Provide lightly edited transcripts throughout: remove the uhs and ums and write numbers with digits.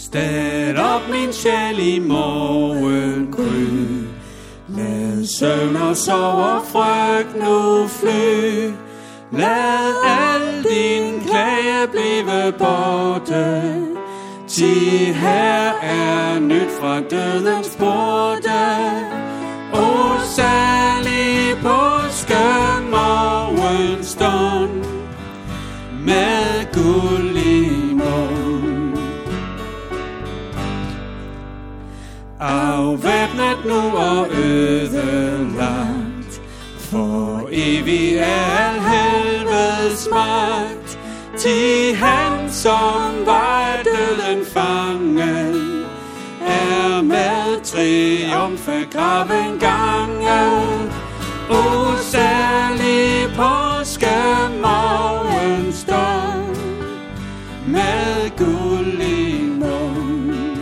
Stad op min sjæl i morgengry. Lad søvn og sorg og frygt nu fly. Lad al din klage blive borte. Ti her er nyt fra dødens porte. O særlig påskemorgenstund med guld i mund. Afvæbnet nu og ødelagt, for evig er al helvedes magt. Ti han, som var døden fanget, er med triumf af graven ganget. O særlig påskemorgenstund med guld i mund.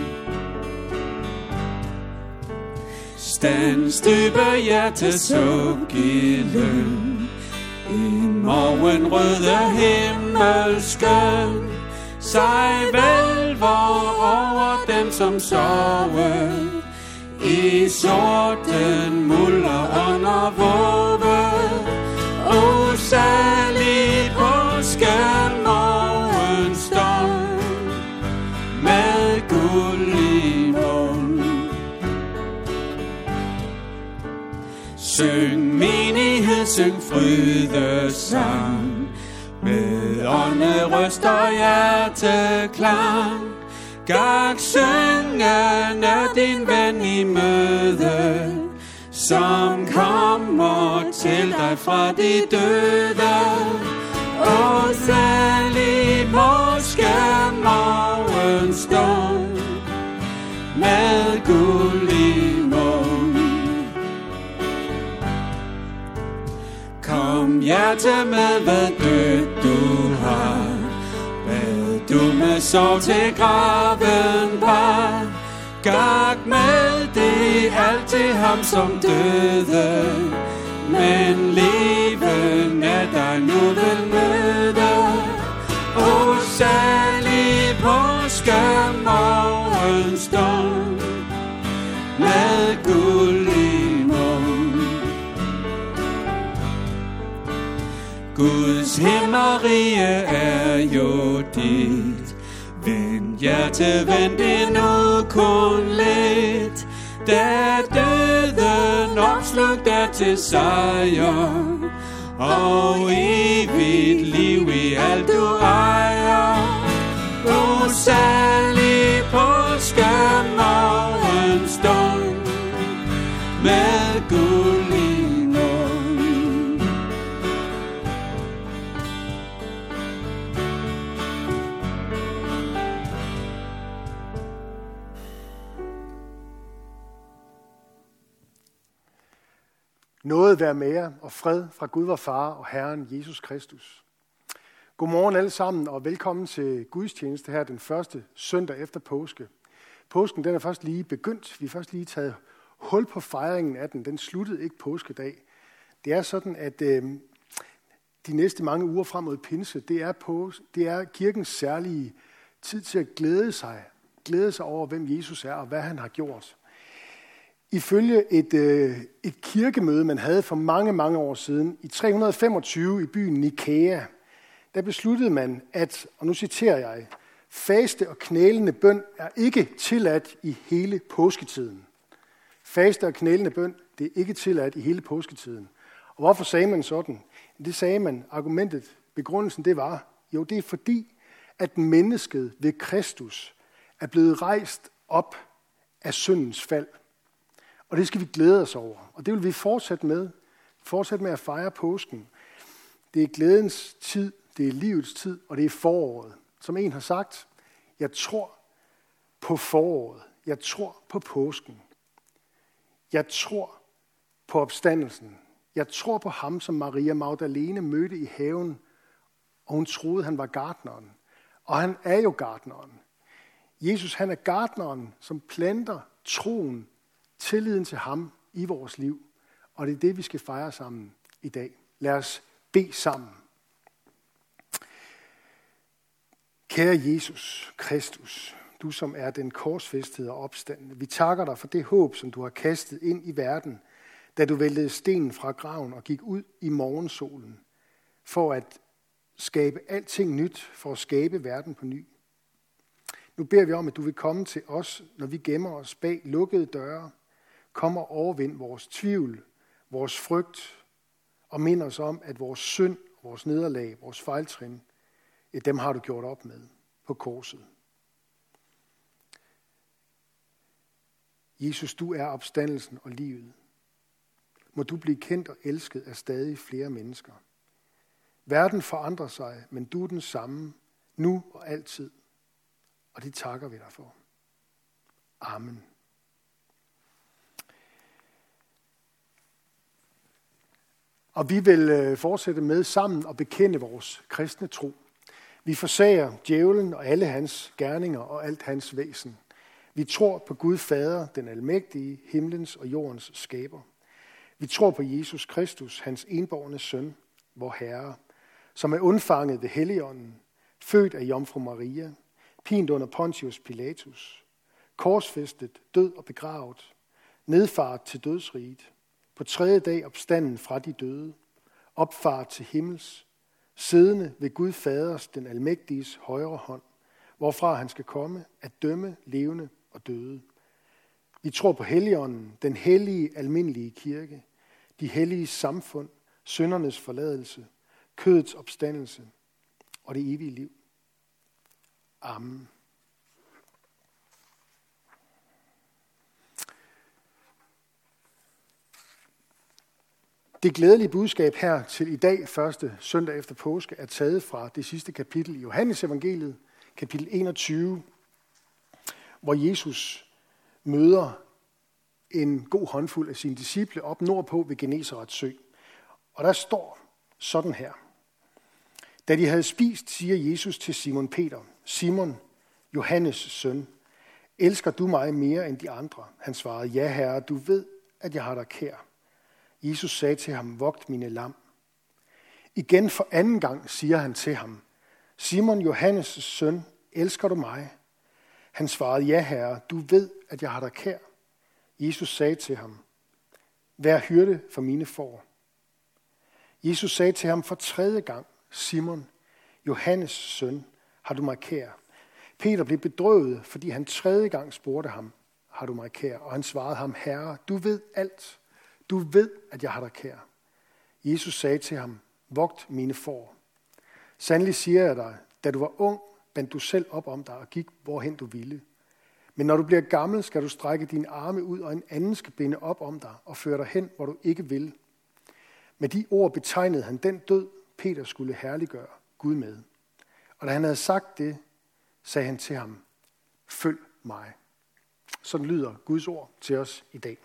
Stands dybe hjertes suk i løn, i morgenrøde himmelskøn. Sig vælver over dem som sover, i sorten mulder under våge. O særlig påskemorgenstund med guld i mund. Syng menighed, syng frydesang, med ånderøst og hjerteklang. Gak syngende din ven i møde, som kommer til dig fra de døde. O særlig påskemorgenstund med guld i mund. Kom hjerte med hvad død du har, hvad du med sorg til graven bar. Gak med det alt til ham som døde, men leven er dig nu vil møde. O særlig påskemorgenstund med guld i mund. Guds himmerige er jo dit, vend hjerte, vend det nu kun lidt. Da døden opslugt er til sejr, og evigt liv i alt du ejer. O særlig påskemorgenstund med guld i mund. Nåde være med jer og fred fra Gud vor Far og Herren Jesus Kristus. Godmorgen alle sammen og velkommen til gudstjeneste her den første søndag efter påske. Påsken den er først lige begyndt. Vi har først lige taget hul på fejringen af den. Den sluttede ikke påskedag. Det er sådan, at de næste mange uger frem mod pinse, det er kirkens særlige tid til at glæde sig over, hvem Jesus er og hvad han har gjort. Ifølge et kirkemøde, man havde for mange, mange år siden, i 325 i byen Nikæa, der besluttede man, at, og nu citerer jeg, faste og knælende bøn er ikke tilladt i hele påsketiden. Faste og knælende bøn, det er ikke tilladt i hele påsketiden. Og hvorfor sagde man sådan? Det sagde man, begrundelsen det var, jo det er fordi, at mennesket ved Kristus er blevet rejst op af syndens fald. Og det skal vi glæde os over. Og det vil vi fortsætte med at fejre påsken. Det er glædens tid, det er livets tid, og det er foråret. Som en har sagt, jeg tror på foråret. Jeg tror på påsken. Jeg tror på opstandelsen. Jeg tror på ham, som Maria Magdalene mødte i haven, og hun troede, han var gartneren. Og han er jo gartneren. Jesus, han er gartneren, som planter troen, tilliden til ham i vores liv. Og det er det, vi skal fejre sammen i dag. Lad os bede sammen. Kære Jesus Kristus, du som er den korsfæstede og opstandne. Vi takker dig for det håb, som du har kastet ind i verden, da du væltede stenen fra graven og gik ud i morgensolen, for at skabe alting nyt, for at skabe verden på ny. Nu beder vi om, at du vil komme til os, når vi gemmer os bag lukkede døre. Kom og overvind vores tvivl, vores frygt, og mind os om, at vores synd, vores nederlag, vores fejltrin, dem har du gjort op med på korset. Jesus, du er opstandelsen og livet. Må du blive kendt og elsket af stadig flere mennesker. Verden forandrer sig, men du er den samme, nu og altid. Og det takker vi dig for. Amen. Og vi vil fortsætte med sammen at bekende vores kristne tro. Vi forsager djævlen og alle hans gerninger og alt hans væsen. Vi tror på Gud Fader, den almægtige, himlens og jordens skaber. Vi tror på Jesus Kristus, hans enbårne søn, vor Herre, som er undfanget ved Helligånden, født af Jomfru Maria, pint under Pontius Pilatus, korsfæstet, død og begravet, nedfart til dødsriget, på 3. dag opstanden fra de døde, opfart til himmels, siddende ved Gud Faders, den almægtiges højre hånd, hvorfra han skal komme at dømme levende og døde. Vi tror på Helligånden, den hellige almindelige kirke, de hellige samfund, syndernes forladelse, kødets opstandelse og det evige liv. Amen. Det glædelige budskab her til i dag, første søndag efter påske, er taget fra det sidste kapitel i Johannes evangeliet, kapitel 21, hvor Jesus møder en god håndfuld af sine disciple op nordpå ved Genesarets sø. Og der står sådan her. Da de havde spist, siger Jesus til Simon Peter, Simon, Johannes søn, elsker du mig mere end de andre? Han svarede, ja herre, du ved, at jeg har dig kær. Jesus sagde til ham, vogt mine lam. Igen for anden gang siger han til ham, Simon, Johannes' søn, elsker du mig? Han svarede, ja herre, du ved, at jeg har dig kær. Jesus sagde til ham, vær hyrde for mine får. Jesus sagde til ham for 3. gang, Simon, Johannes' søn, har du mig kær? Peter blev bedrøvet, fordi han 3. gang spurgte ham, har du mig kær? Og han svarede ham, herre, du ved alt. Du ved, at jeg har dig kær. Jesus sagde til ham, vogt mine får. Sandelig siger jeg dig, da du var ung, bandt du selv op om dig og gik, hvorhen du ville. Men når du bliver gammel, skal du strække dine arme ud, og en anden skal binde op om dig og føre dig hen, hvor du ikke vil. Med de ord betegnede han den død, Peter skulle herliggøre Gud med. Og da han havde sagt det, sagde han til ham, følg mig. Sådan lyder Guds ord til os i dag.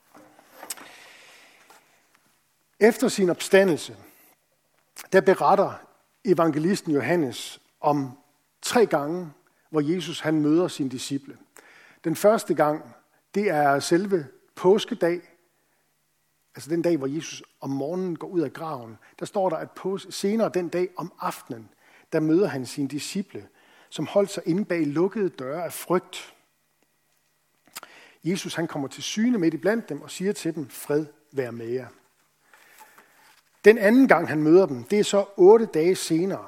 Efter sin opstandelse, der beretter evangelisten Johannes om 3 gange, hvor Jesus han møder sine disciple. Den første gang, det er selve påskedag, altså den dag, hvor Jesus om morgenen går ud af graven. Der står der, at senere den dag om aftenen, der møder han sine disciple, som holdt sig inde bag lukkede døre af frygt. Jesus han kommer til syne midt i blandt dem og siger til dem, fred være med jer. Den anden gang han møder dem, det er så 8 dage senere.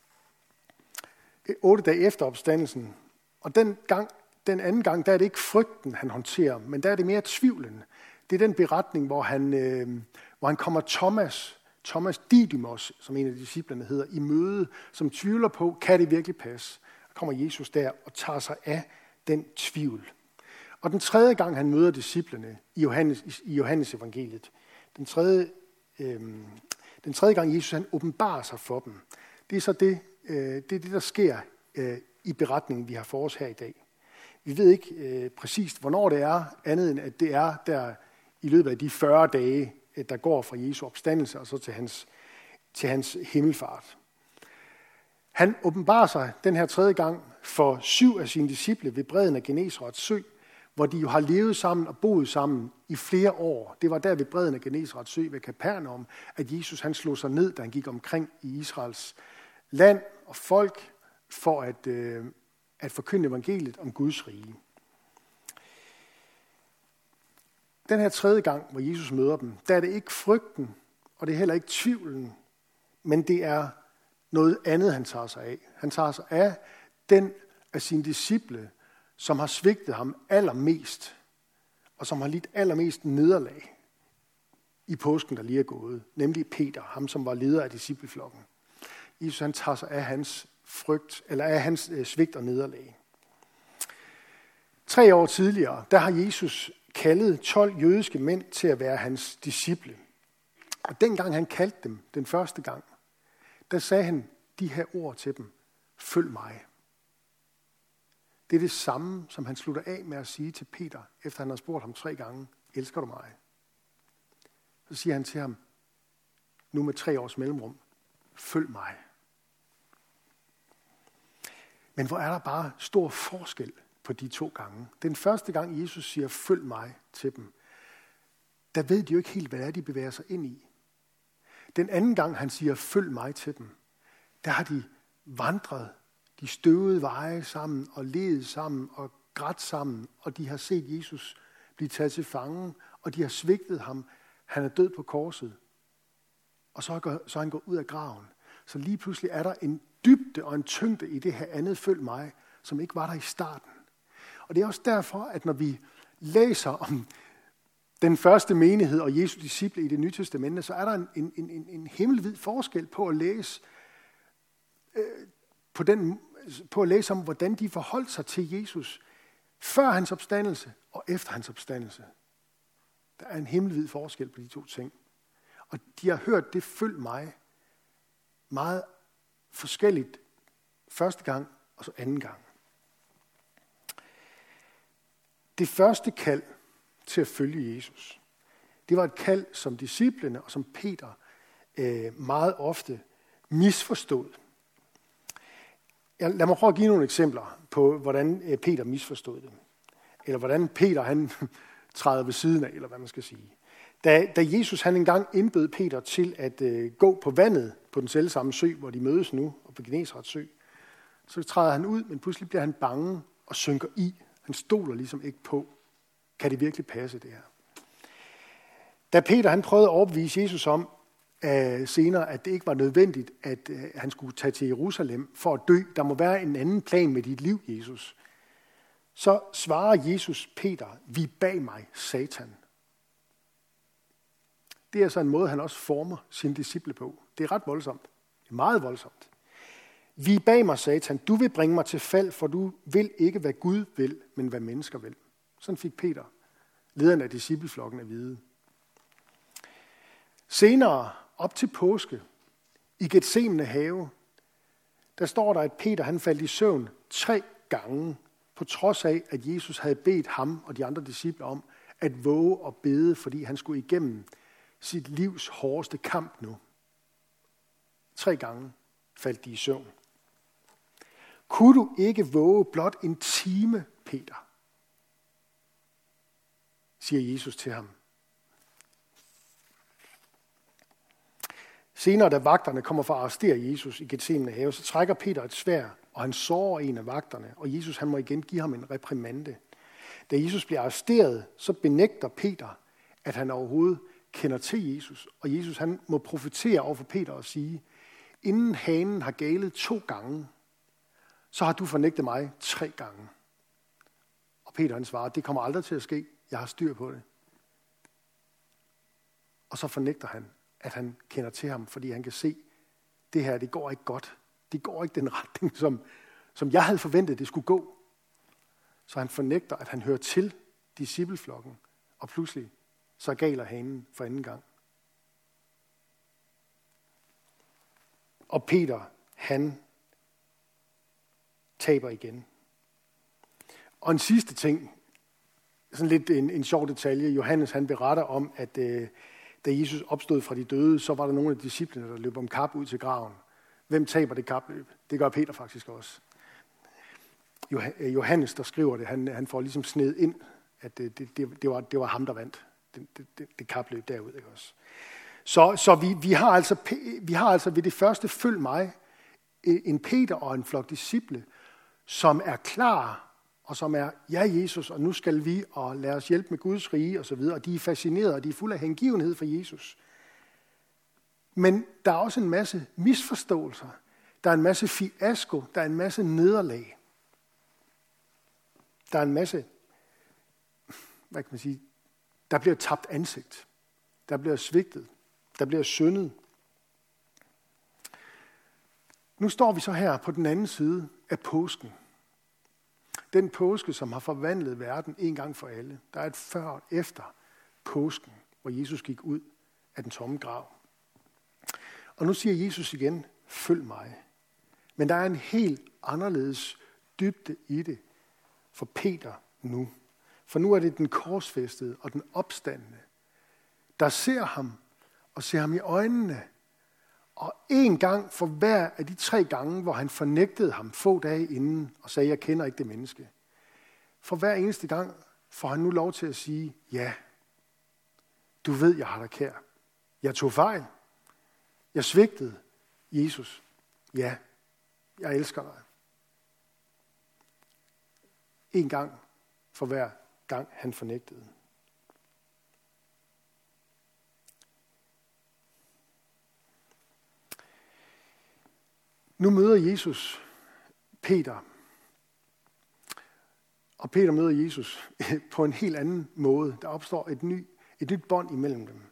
8 dage efter opstandelsen. Og den anden gang, der er det ikke frygten, han håndterer, men der er det mere tvivlen. Det er den beretning, hvor han kommer Thomas Didymos, som en af disciplerne hedder, i møde, som tvivler på, kan det virkelig passe? Så kommer Jesus der og tager sig af den tvivl. Og den 3. gang, han møder disciplene i Johannes evangeliet, den tredje gang Jesus han åbenbarer sig for dem, det er så det, der sker i beretningen, vi har for os her i dag. Vi ved ikke præcist, hvornår det er, andet end at det er der i løbet af de 40 dage, der går fra Jesu opstandelse og så til hans himmelfart. Han åbenbarer sig den her 3. gang for 7 af sine disciple ved bredden af Genesarets sø, hvor de jo har levet sammen og boet sammen i flere år. Det var der ved bredden af Genesarets sø ved Kapernaum, at Jesus han slog sig ned, da han gik omkring i Israels land og folk for at forkynde evangeliet om Guds rige. Den her tredje gang, hvor Jesus møder dem, der er det ikke frygten, og det er heller ikke tvivlen, men det er noget andet, han tager sig af. Han tager sig af den af sine disciple, som har svigtet ham allermest, og som har lidt allermest nederlag i påsken, der lige er gået, nemlig Peter, ham som var leder af discipleflokken. Jesus han tager sig af hans frygt, eller af hans svigt og nederlag. 3 år tidligere, der har Jesus kaldet 12 jødiske mænd til at være hans disciple. Og dengang han kaldte dem, den første gang, der sagde han de her ord til dem: følg mig. Det er det samme, som han slutter af med at sige til Peter, efter han har spurgt ham 3 gange: elsker du mig? Så siger han til ham, nu med 3 års mellemrum: følg mig. Men hvor er der bare stor forskel på de 2 gange. Den første gang Jesus siger, følg mig til dem, der ved de jo ikke helt, hvad det er, de bevæger sig ind i. Den anden gang, han siger, følg mig til dem, der har de vandret de støvede veje sammen og levet sammen og grædt sammen, og de har set Jesus blive taget til fange, og de har svigtet ham. Han er død på korset, og så er han gået ud af graven. Så lige pludselig er der en dybde og en tyngde i det her andet følg mig, som ikke var der i starten. Og det er også derfor, at når vi læser om den første menighed og Jesu disciple i Det Nye Testamente, så er der en himmelvid forskel på at læse på at læse om, hvordan de forholdt sig til Jesus før hans opstandelse og efter hans opstandelse. Der er en himmelvid forskel på de 2 ting. Og de har hørt det følg mig meget forskelligt første gang og så anden gang. Det første kald til at følge Jesus, det var et kald, som disciplene og som Peter meget ofte misforstod. Lad mig prøve at give nogle eksempler på, hvordan Peter misforstod det. Eller hvordan Peter han træder ved siden af, eller hvad man skal sige. Da Jesus han engang indbød Peter til at gå på vandet på den selvsamme sø, hvor de mødes nu, og på Genesarets sø, så træder han ud, men pludselig bliver han bange og synker i. Han stoler ligesom ikke på, kan det virkelig passe det her? Da Peter han prøvede at overbevise Jesus om senere, at det ikke var nødvendigt, at han skulle tage til Jerusalem for at dø. Der må være en anden plan med dit liv, Jesus. Så svarer Jesus Peter, vi bag mig, Satan. Det er så en måde, han også former sine disciple på. Det er ret voldsomt. Det er meget voldsomt. Vi bag mig, Satan, du vil bringe mig til fald, for du vil ikke, hvad Gud vil, men hvad mennesker vil. Sådan fik Peter, lederen af discipleflokken, at vide. Senere, op til påske, i Getsemane have, der står der, at Peter han faldt i søvn 3 gange, på trods af, at Jesus havde bedt ham og de andre disciple om at våge og bede, fordi han skulle igennem sit livs hårdeste kamp nu. 3 gange faldt de i søvn. Kunne du ikke våge blot en time, Peter? Siger Jesus til ham. Senere, da vagterne kommer for at arrestere Jesus i Getsemane have, så trækker Peter et sværd, og han sårer en af vagterne, og Jesus han må igen give ham en reprimande. Da Jesus bliver arresteret, så benægter Peter, at han overhovedet kender til Jesus, og Jesus han må profetere over for Peter og sige, inden hanen har galet 2 gange, så har du fornægtet mig 3 gange. Og Peter han svarer, det kommer aldrig til at ske, jeg har styr på det. Og så fornægter han, at han kender til ham, fordi han kan se, det her, det går ikke godt. Det går ikke den retning, som jeg havde forventet, det skulle gå. Så han fornægter, at han hører til discipleflokken, og pludselig så galer hanen for anden gang. Og Peter, han taber igen. Og en sidste ting, sådan lidt en sjov detalje. Johannes han beretter om, at da Jesus opstod fra de døde, så var der nogle af disciplene, der løb om kap ud til graven. Hvem taber det kapløb? Det gør Peter faktisk også. Johannes, der skriver det, han får ligesom sned ind, at det var ham, der vandt det kapløb derud. Ikke også? Så vi har altså ved det første følg mig, en Peter og en flok disciple, som er klar, og som er, ja Jesus, og nu skal vi, og lad os hjælpe med Guds rige, og så videre. Og de er fascinerede, og de er fulde af hengivenhed for Jesus. Men der er også en masse misforståelser. Der er en masse fiasko. Der er en masse nederlag. Der er en masse, hvad kan man sige, der bliver tabt ansigt. Der bliver svigtet. Der bliver syndet. Nu står vi så her på den anden side af påsken. Den påske, som har forvandlet verden en gang for alle. Der er et før og efter påsken, hvor Jesus gik ud af den tomme grav. Og nu siger Jesus igen, følg mig. Men der er en helt anderledes dybde i det for Peter nu. For nu er det den korsfæstede og den opstandne, der ser ham og ser ham i øjnene. Og en gang for hver af de 3 gange, hvor han fornægtede ham få dage inden og sagde, jeg kender ikke det menneske. For hver eneste gang får han nu lov til at sige, ja, du ved, jeg har dig kær. Jeg tog fejl. Jeg svigtede Jesus. Ja, jeg elsker dig. En gang for hver gang han fornægtede. Nu møder Jesus Peter. Og Peter møder Jesus på en helt anden måde. Der opstår et nyt bånd imellem dem.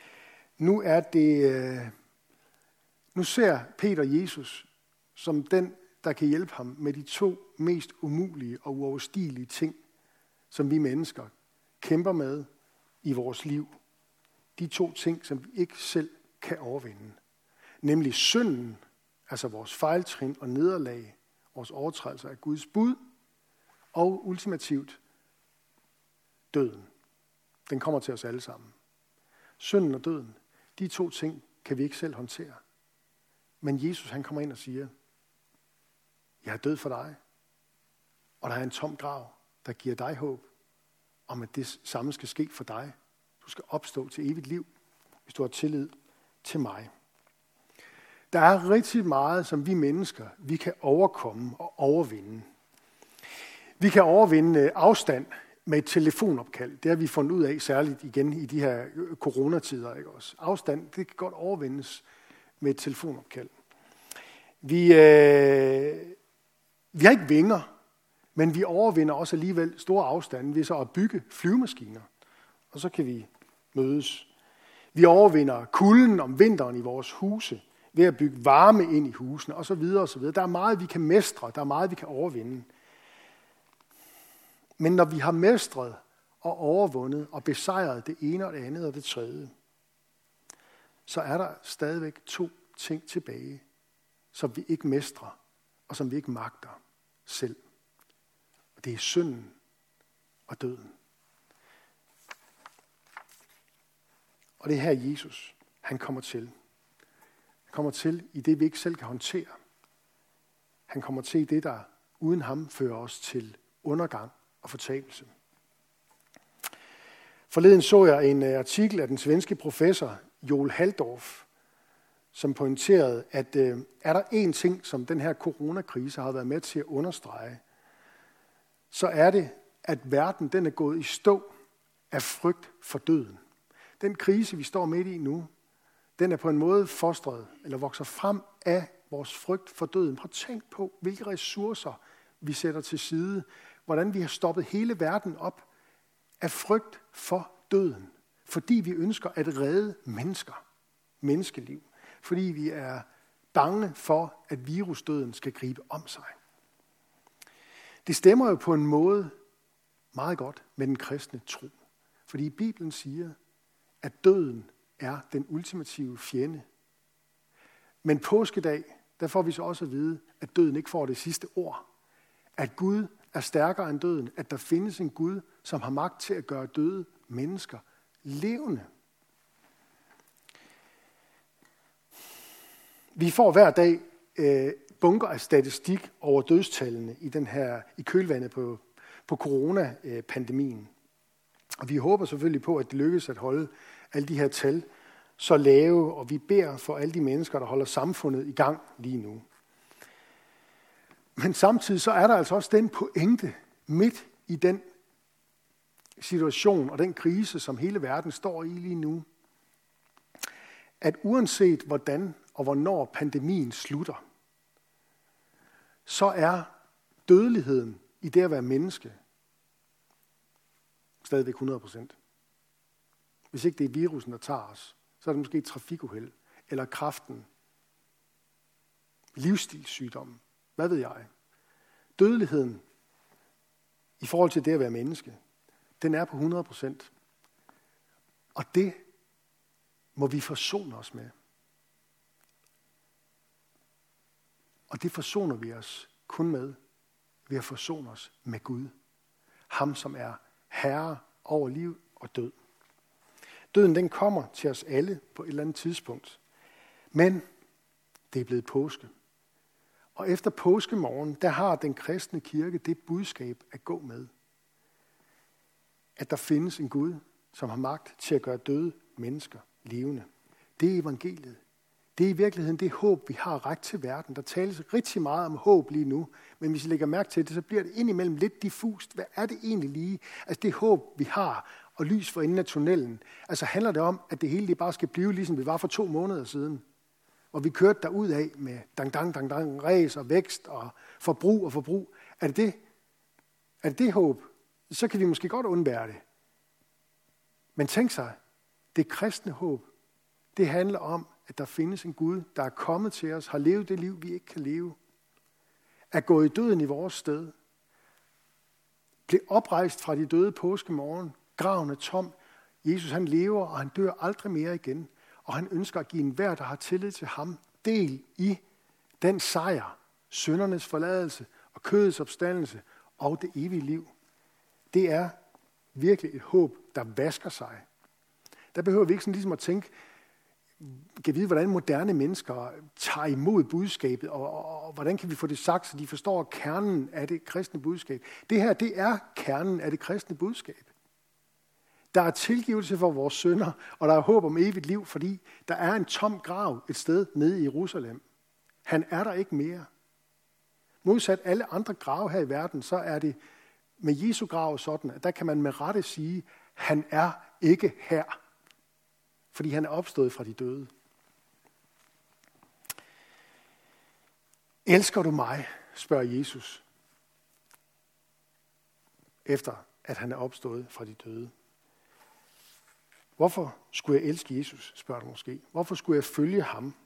Nu ser Peter Jesus som den, der kan hjælpe ham med de 2 mest umulige og uoverstigelige ting, som vi mennesker kæmper med i vores liv. De 2 ting, som vi ikke selv kan overvinde. Nemlig synden, altså vores fejltrin og nederlag, vores overtrædelser af Guds bud, og ultimativt døden. Den kommer til os alle sammen. Synden og døden, de 2 ting kan vi ikke selv håndtere. Men Jesus, han kommer ind og siger, jeg er død for dig, og der er en tom grav, der giver dig håb, om at det samme skal ske for dig. Du skal opstå til evigt liv, hvis du har tillid til mig. Der er rigtig meget, som vi mennesker, vi kan overkomme og overvinde. Vi kan overvinde afstand med et telefonopkald. Det har vi fundet ud af, særligt igen i de her coronatider. Ikke også? Afstand, det kan godt overvindes med et telefonopkald. Vi har ikke vinger, men vi overvinder også alligevel store afstande ved så at bygge flyvemaskiner. Og så kan vi mødes. Vi overvinder kulden om vinteren i vores huse ved at bygge varme ind i husene osv. osv. Der er meget, vi kan mestre. Der er meget, vi kan overvinde. Men når vi har mestret og overvundet og besejret det ene og det andet og det tredje, så er der stadigvæk 2 ting tilbage, som vi ikke mestrer og som vi ikke magter selv. Og det er synden og døden. Og det er her Jesus, han kommer til. Han kommer til i det, vi ikke selv kan håndtere. Han kommer til i det, der uden ham fører os til undergang og fortabelse. Forleden så jeg en artikel af den svenske professor Joel Halldorf, som pointerede, at er der én ting, som den her coronakrise har været med til at understrege, så er det, at verden den er gået i stå af frygt for døden. Den krise, vi står midt i nu, den er på en måde fostret, eller vokser frem af vores frygt for døden. Prøv at tænk på, hvilke ressourcer vi sætter til side, hvordan vi har stoppet hele verden op af frygt for døden, fordi vi ønsker at redde menneskeliv, fordi vi er bange for, at virusdøden skal gribe om sig. Det stemmer jo på en måde meget godt med den kristne tro, fordi Bibelen siger, at døden er den ultimative fjende. Men påskedag, der får vi så også at vide, at døden ikke får det sidste ord. At Gud er stærkere end døden. At der findes en Gud, som har magt til at gøre døde mennesker levende. Vi får hver dag bunker af statistik over dødstallene i kølvandet på coronapandemien. Og vi håber selvfølgelig på, at det lykkes at holde alle de her tal så lave, og vi beder for alle de mennesker, der holder samfundet i gang lige nu. Men samtidig så er der altså også den pointe midt i den situation og den krise, som hele verden står i lige nu, at uanset hvordan og hvornår pandemien slutter, så er dødeligheden i det at være menneske stadigvæk 100%. Hvis ikke det er virusen, der tager os, så er det måske et trafikuheld, eller kræften, livsstilssygdommen, hvad ved jeg. Dødeligheden i forhold til det at være menneske, den er på 100%. Og det må vi forsone os med. Og det forsoner vi os kun med ved at forsone os med Gud. Ham, som er herre over liv og død. Døden, den kommer til os alle på et eller andet tidspunkt. Men det er blevet påske. Og efter påskemorgen, der har den kristne kirke det budskab at gå med. At der findes en Gud, som har magt til at gøre døde mennesker levende. Det er evangeliet. Det er i virkeligheden det håb, vi har ret til verden. Der tales rigtig meget om håb lige nu, men hvis I lægger mærke til det, så bliver det indimellem lidt diffust. Hvad er det egentlig lige? Altså det håb, vi har, og lys for enden af tunnelen. Altså handler det om, at det hele det bare skal blive, ligesom vi var for 2 måneder siden. Og vi kørte derud af med ræs og vækst og forbrug. Er det håb? Så kan vi måske godt undvære det. Men tænk sig, det kristne håb, det handler om, at der findes en Gud, der er kommet til os, har levet det liv, vi ikke kan leve, er gået i døden i vores sted, blev oprejst fra de døde påskemorgen, graven er tom, Jesus han lever, og han dør aldrig mere igen, og han ønsker at give enhver, der har tillid til ham, del i den sejr, syndernes forladelse og kødets opstandelse og det evige liv. Det er virkelig et håb, der vasker sig. Der behøver vi ikke sådan ligesom at tænke, kan vide, hvordan moderne mennesker tager imod budskabet, og hvordan kan vi få det sagt, så de forstår kernen af det kristne budskab. Det her, det er kernen af det kristne budskab. Der er tilgivelse for vores synder, og der er håb om evigt liv, fordi der er en tom grav et sted nede i Jerusalem. Han er der ikke mere. Modsat alle andre grave her i verden, så er det med Jesu grav sådan, at der kan man med rette sige, han er ikke her. Fordi han er opstået fra de døde. Elsker du mig? Spørger Jesus. Efter at han er opstået fra de døde. Hvorfor skulle jeg elske Jesus? Spørger du måske. Hvorfor skulle jeg følge ham?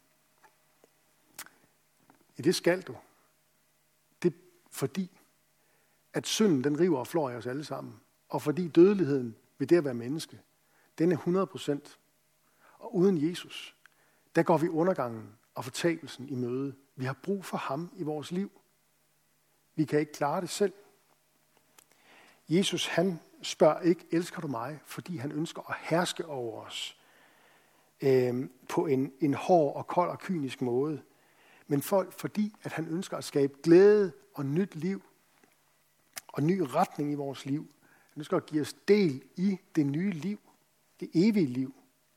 Ja, det skal du. Det er fordi, at synden den river og flår i os alle sammen. Og fordi dødeligheden ved det at være menneske, den er 100%. Og uden Jesus, der går vi undergangen og fortabelsen i møde. Vi har brug for ham i vores liv. Vi kan ikke klare det selv. Jesus, han spørger ikke, elsker du mig? Fordi han ønsker at herske over os på en hård og kold og kynisk måde. Men fordi at han ønsker at skabe glæde og nyt liv og ny retning i vores liv. Han ønsker at give os del i det nye liv, det evige liv.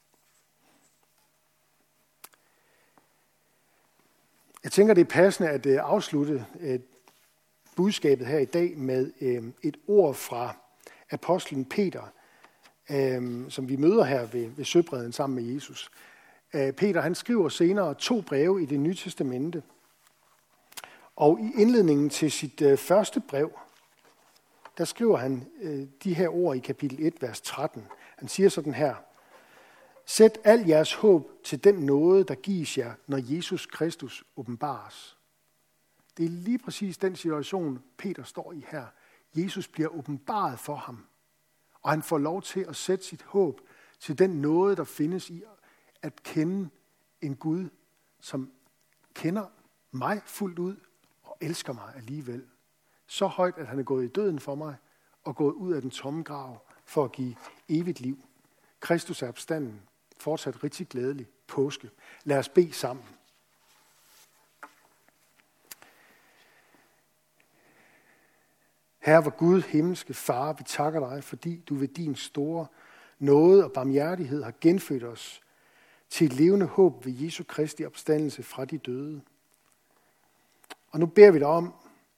Jeg tænker, det er passende at afslutte budskabet her i dag med et ord fra apostlen Peter, som vi møder her ved søbredden sammen med Jesus. Peter han skriver senere 2 breve i Det Nye Testamente. Og i indledningen til sit første brev, der skriver han de her ord i kapitel 1, vers 13. Han siger sådan her: Sæt al jeres håb til den nåde, der gives jer, når Jesus Kristus åbenbares. Det er lige præcis den situation, Peter står i her. Jesus bliver åbenbaret for ham, og han får lov til at sætte sit håb til den nåde, der findes i at kende en Gud, som kender mig fuldt ud og elsker mig alligevel. Så højt, at han er gået i døden for mig og gået ud af den tomme grav for at give evigt liv. Kristus er opstanden. Fortsat rigtig glædelig påske. Lad os bede sammen. Herre, vor Gud, himmelske Far, vi takker dig, fordi du ved din store nåde og barmhjertighed har genfødt os til et levende håb ved Jesu Kristi opstandelse fra de døde. Og nu beder vi dig om,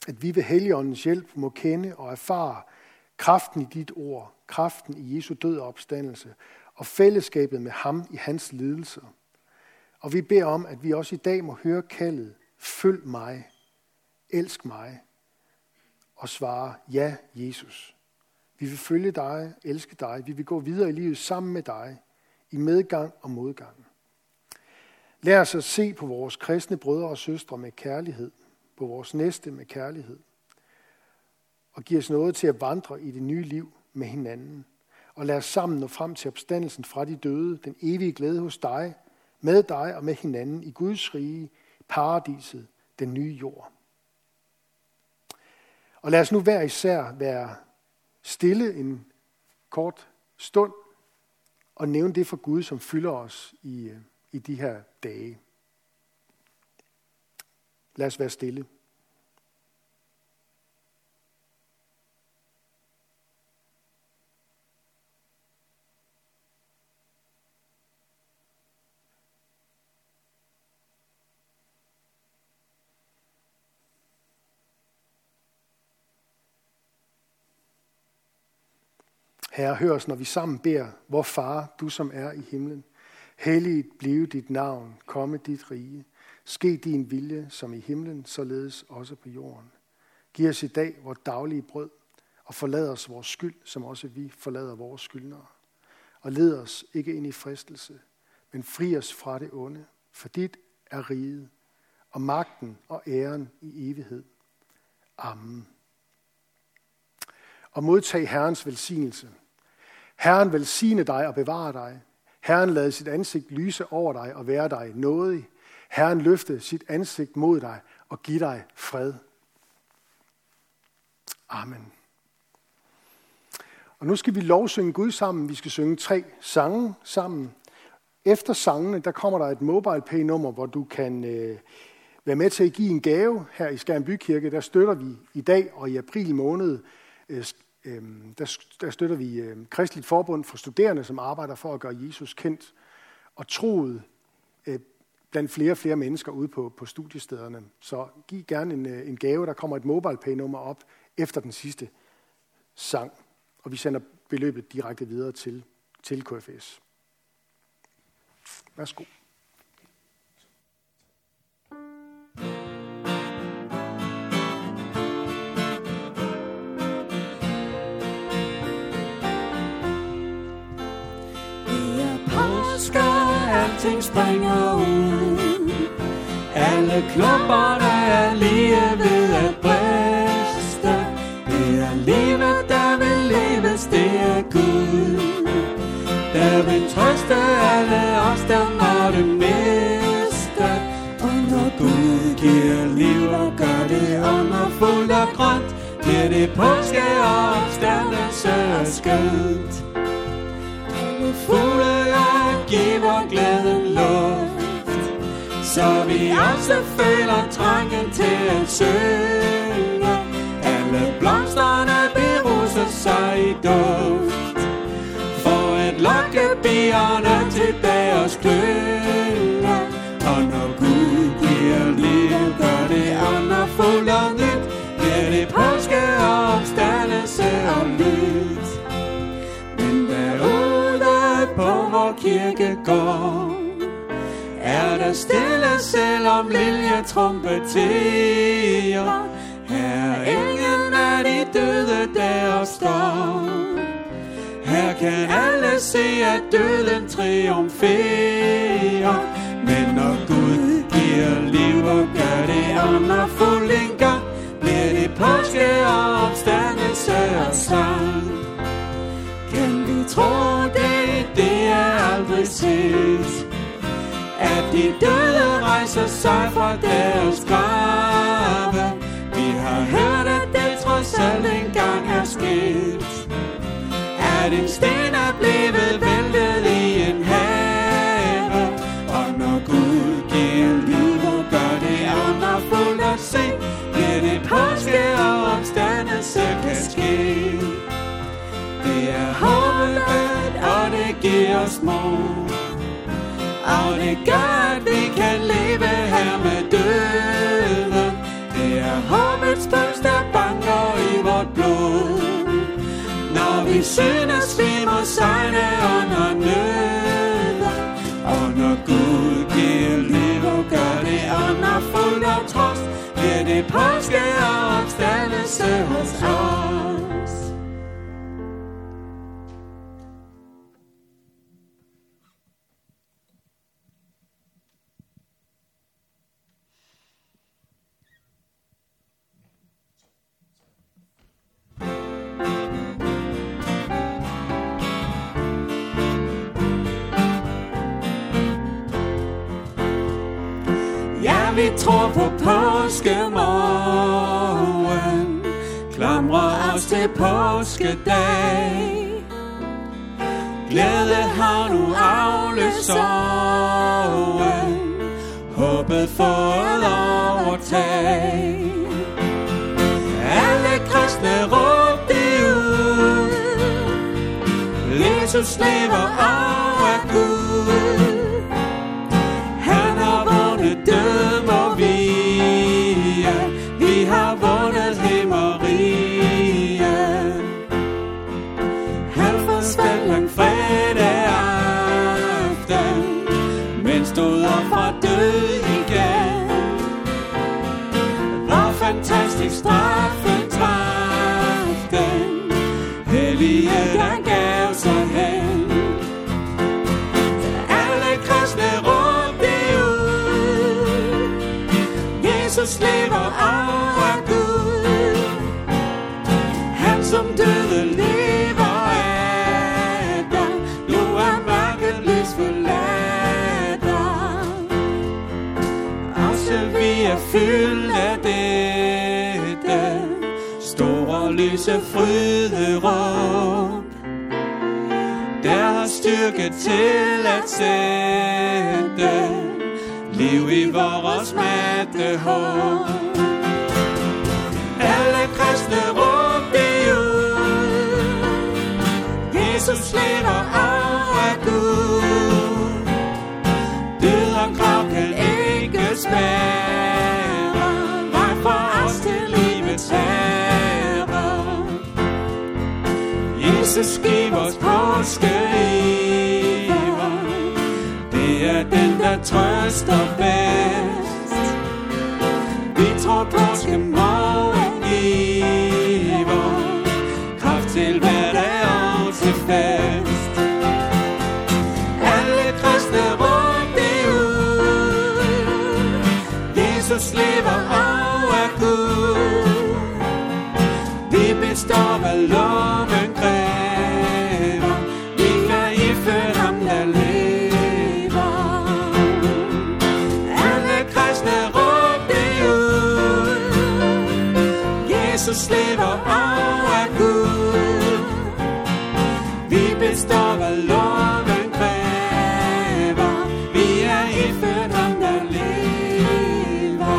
At vi ved Helligåndens hjælp må kende og erfare kraften i dit ord, kraften i Jesu død og opstandelse, og fællesskabet med ham i hans lidelser. Og vi beder om, at vi også i dag må høre kaldet, følg mig, elsk mig, og svare, ja, Jesus. Vi vil følge dig, elske dig, vi vil gå videre i livet sammen med dig, i medgang og modgang. Lær os at se på vores kristne brødre og søstre med kærlighed, på vores næste med kærlighed, og giv os noget til at vandre i det nye liv med hinanden, og lad os sammen nå frem til opstandelsen fra de døde, den evige glæde hos dig, med dig og med hinanden i Guds rige, paradiset, den nye jord. Og lad os nu hver især være stille en kort stund og nævne det for Gud, som fylder os i de her dage. Lad os være stille. Herre, hør os, når vi sammen beder, vor Far, du som er i himlen. Helliget blive dit navn, komme dit rige. Ske din vilje, som i himlen, således også på jorden. Giv os i dag vores daglige brød, og forlad os vores skyld, som også vi forlader vores skyldnere. Og led os ikke ind i fristelse, men fri os fra det onde, for dit er riget, og magten og æren i evighed. Amen. Og modtag Herrens velsignelse. Herren velsigne dig og bevare dig. Herren lade sit ansigt lyse over dig og være dig nådig. Herren løfte sit ansigt mod dig og give dig fred. Amen. Og nu skal vi lovsynge Gud sammen. Vi skal synge 3 sange sammen. Efter sangene, der kommer der et MobilePay-nummer, hvor du kan være med til at give en gave her i Skjern Bykirke. Der støtter vi i dag og i april måned der støtter vi Kristeligt Forbund for Studerende, som arbejder for at gøre Jesus kendt og troet blandt flere og flere mennesker ude på studiestederne. Så giv gerne en gave. Der kommer et MobilePay-nummer op efter den sidste sang, og vi sender beløbet direkte videre til KFS. Værsgo. Alting springer ud. Alle knopperne er lige ved at briste. Det er livet, der vil leves, det er Gud. Der vil trøste alle os, der måtte miste. Og når Gud giver liv og gør det underfuldt og grønt, bliver det påske og opstandelse og skønt. Alle fugle giver glæden luft, så vi også føler trangen til at synge. Alle blomsterne beruser sig i duft, for at lokke bierne tilbage og klynge. Og når Gud giver liv, gør det underfuldt og nyt, bliver det påske og opstandelse og lys. Men derude på vor kirkegård er der stille, selvom lilje trompeterer. Her er ingen af de døde, der står. Her kan alle se, at døden triumferer. Men når Gud giver liv og gør det underfuldt en gang, bliver det påske og opstandelse og sang. Kan vi tro det, det er aldrig set, at de døde rejser sig fra deres grave. Vi har hørt, at det trods alt engang er sket, at en sten er blevet væltet i en have. Og når Gud giver liv og gør det underfuldt at se, bliver det påske og opstandelse kan ske. Det er håbet, og det giver os mod, og det gør, at vi kan leve her med døden. Det er håbets bøst, synes vi må sejle under nøden. Og når Gud giver liv og gør det under fuld og trost, bliver det påske og opstandelse hos os. Vi tror på påskemorgen, klamrer os til påskedag. Glæde har nu afløst sorgen, håbet fået overtag. Alle kristne råbte ud, Jesus lever og er Gud. Han har vundet døden og vi har vundet himmeriget. Han forsvandt langfredag aften, men stod op fra død igen. Hvor fantastisk straffen traf den hellige, der gav sig hen. Alle kristne råbte ud, Jesus lever og er Gud. Han som døde lever af dig, nu er mørket lys forladt dig. Også vi er fyldt af dette store lyse fryderåb, der har styrke til at sætte liv i vores matte håb. Alle kristne råbte ud, Jesus lever og er Gud. Død og grav kan ikke spærre vej for os til livets herre. Jesus giver os påskeiver, det er den, der trøster bedst. Vi tror påskemorgen giver kraft til hverdag og til fest. Alle kristne råbte ud, Jesus lever og er Gud. Vi består, hvad loven kræver, vi kan iføre ham, der lever. Alle kristne råbte ud, Jesus lever og er Gud. Vi består, hvad loven kræver, vi er iført ham, der lever.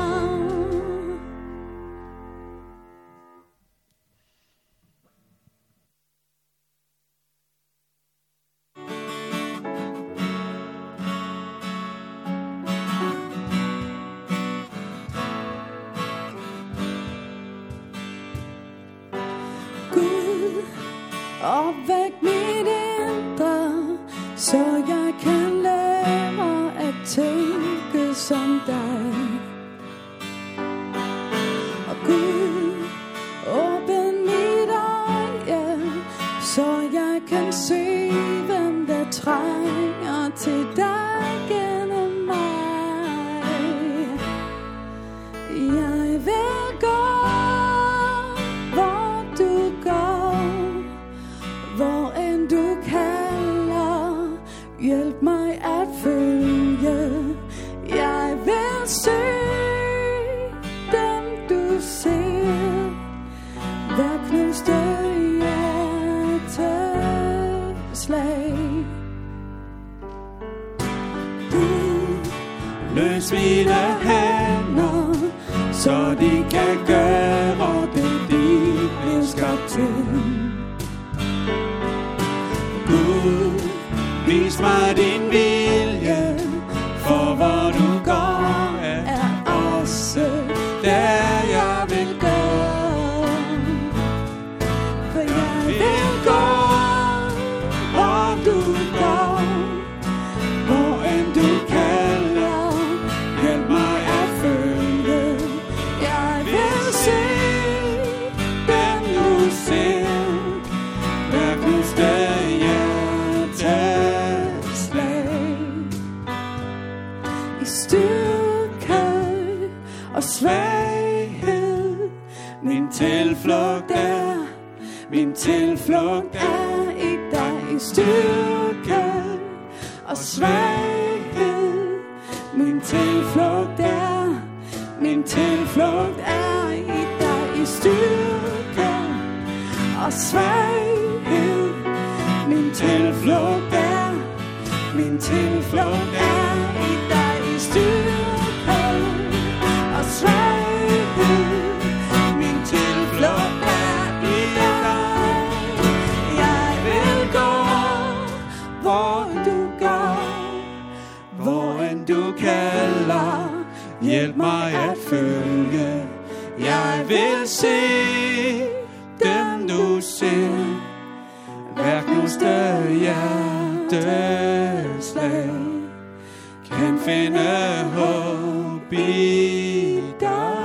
Gud, opvæk mit indre, så jeg kan lære at tænke som dig. Og Gud, åbn mit øje, så jeg kan se, hvem der trænger til dig gennem mig. Jeg vil gå, hvor du går, hvor end du kalder, hjælp mig at følge. Jeg vil søge dem du ser, hver knuste hjerteslag. Løs mine hænder, så de kan gøre det, de blev skabt til. Gud, vis mig din vilje, for hvor du går er også der jeg vil gå. For jeg vil gå, svaghed. Min tilflugt er i dig. I styrke og svaghed. Min tilflugt er i dig. I styrke og svaghed. Min tilflugt er i dig. I styrke og svaghed. Min tilflugt er i dig. Jeg vil gå, hvor du går, hvor end du kalder. Hjælp mig at følge. Jeg vil se dem du ser. Værknuste hjerteslag kan finde håb i dig.